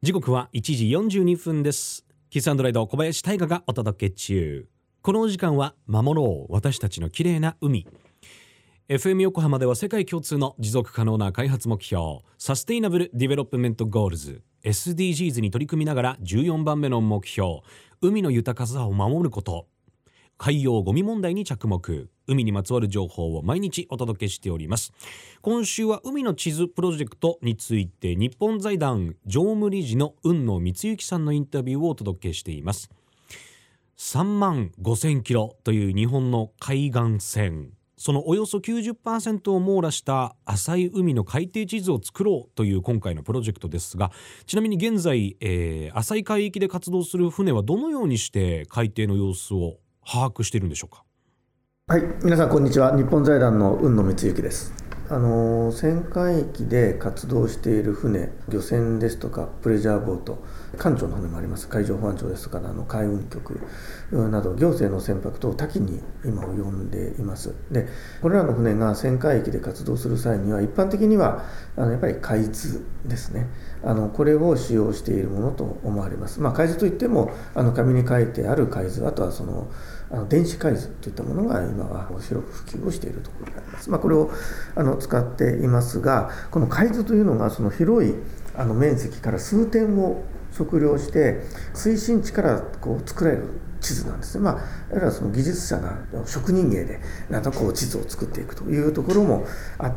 時刻は1時42分です。キス&ライド小林大賀がお届け中。このお時間は守ろう私たちの綺麗な海。 FM 横浜では世界共通の持続可能な開発目標サステイナブルディベロップメントゴールズ SDGs に取り組みながら14番目の目標、海の豊かさを守ること、海洋ゴミ問題に着目、海にまつわる情報を毎日お届けしております。今週は海の地図プロジェクトについて日本財団常務理事の海野光之さんのインタビューをお届けしています。3万5000キロという日本の海岸線、そのおよそ 90% を網羅した浅い海の海底地図を作ろうという今回のプロジェクトですが、ちなみに現在、浅い海域で活動する船はどのようにして海底の様子を把握しているんでしょうか。 はい、皆さんこんにちは。日本財団の海野光之です。浅海域で活動している船、漁船ですとかプレジャーボート、官庁の船もあります。海上保安庁ですとか海運局など行政の船舶と多岐に今を呼んでいます。で、これらの船が浅海域で活動する際には一般的にはやっぱり海図ですね。これを使用しているものと思われます。海図といっても紙に書いてある海図、あとは電子海図といったものが今は広く普及をしているところであります。これを使っていますが、この海図というのがその広い面積から数点を測量して水深地から作られる地図なんですね。やはりその技術者が職人芸で地図を作っていくというところもあって、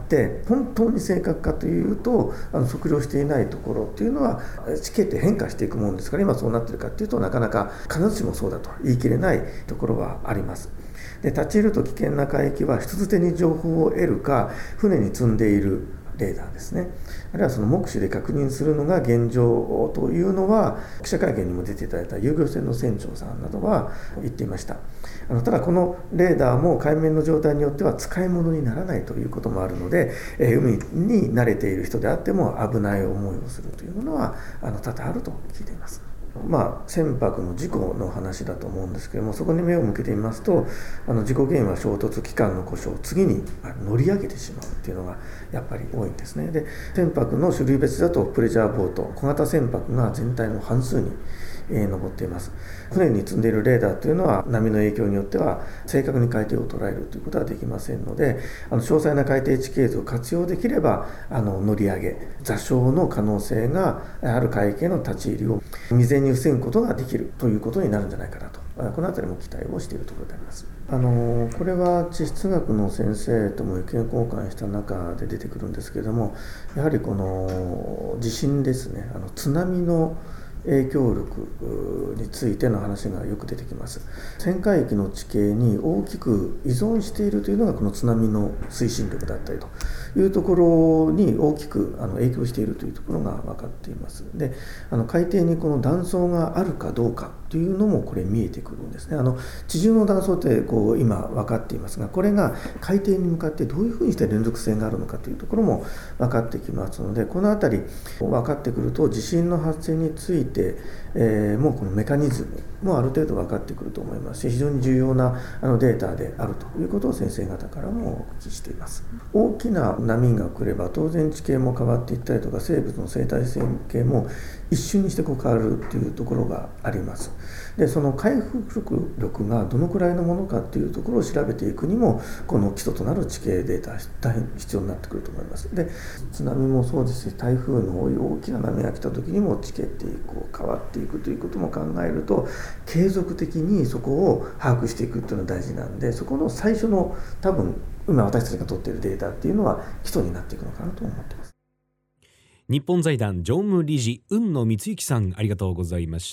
本当に正確かというと測量していないところっていうのは地形って変化していくものですから、今そうなっているかというとなかなか必ずしもそうだと言い切れないところはあります。で、立ち入ると危険な海域は人づてに情報を得るか船に積んでいるレーダーですね。あるいはその目視で確認するのが現状というのは、記者会見にも出ていただいた遊漁船の船長さんなどは言っていました。ただこのレーダーも海面の状態によっては使い物にならないということもあるので、海に慣れている人であっても危ない思いをするというのは多々あると聞いています。船舶の事故の話だと思うんですけども、そこに目を向けてみますと事故原因は衝突、機関の故障、次に乗り上げてしまうっていうのがやっぱり多いんですね。で、船舶の種類別だとプレジャーボート、小型船舶が全体の半数に上っています。船に積んでいるレーダーというのは波の影響によっては正確に海底を捉えるということはできませんので、詳細な海底地形図を活用できれば乗り上げ、座礁の可能性がある海域への立ち入りを未然に防ぐことができるということになるんじゃないかなと、このあたりも期待をしているところであります。これは地質学の先生とも意見交換した中で出てくるんですけれども、やはりこの地震ですね、津波の影響力についての話がよく出てきます。浅海域の地形に大きく依存しているというのがこの津波の推進力だったりというところに大きく影響しているというところが分かっています。で、海底にこの断層があるかどうかというのもこれ見えてくるんですね。地上の断層って今分かっていますが、これが海底に向かってどういうふうにして連続性があるのかというところも分かってきますので、このあたり分かってくると地震の発生について、もうこのメカニズムもある程度分かってくると思いますし、非常に重要なデータであるということを先生方からもお聞きしています。大きな波が来れば当然地形も変わっていったりとか、生物の生態系も一瞬にして変わるというところがあります。で、その回復力がどのくらいのものかというところを調べていくにも、この基礎となる地形データ大変必要になってくると思います。で、津波もそうですし、台風の大きな波が来た時にも地形って変わっていくということも考えると、継続的にそこを把握していくというのが大事なんで、そこの最初の多分今私たちが取っているデータっていうのは基礎になっていくのかなと思っています。 日本財団常務理事海野光之さん、ありがとうございました。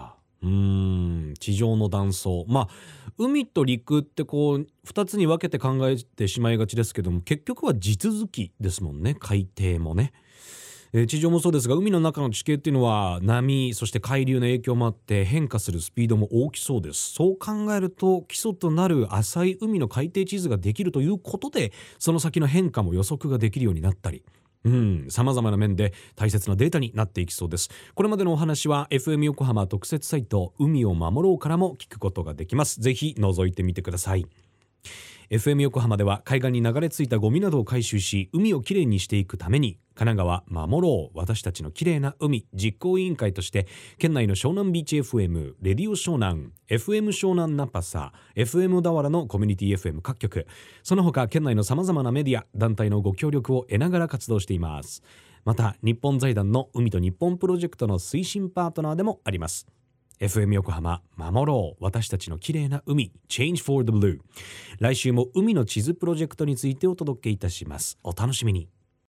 地上の断層、海と陸って2つに分けて考えてしまいがちですけども、結局は地続きですもんね。海底もね、地上もそうですが、海の中の地形っていうのは波、そして海流の影響もあって変化するスピードも大きそうです。そう考えると基礎となる浅い海の海底地図ができるということで、その先の変化も予測ができるようになったり、様々な面で大切なデータになっていきそうです。これまでのお話は FM 横浜特設サイト海を守ろうからも聞くことができます。ぜひ覗いてみてください。FM 横浜では海岸に流れ着いたゴミなどを回収し、海をきれいにしていくために神奈川守ろう私たちの綺麗な海実行委員会として県内の湘南ビーチ FM、レディオ湘南、 FM 湘南ナパサ、 FM ダワラのコミュニティ FM 各局、その他県内のさまざまなメディア団体のご協力を得ながら活動しています。また日本財団の海と日本プロジェクトの推進パートナーでもあります。 FM 横浜守ろう私たちの綺麗な海 Change for the Blue、 来週も海の地図プロジェクトについてお届けいたします。お楽しみに。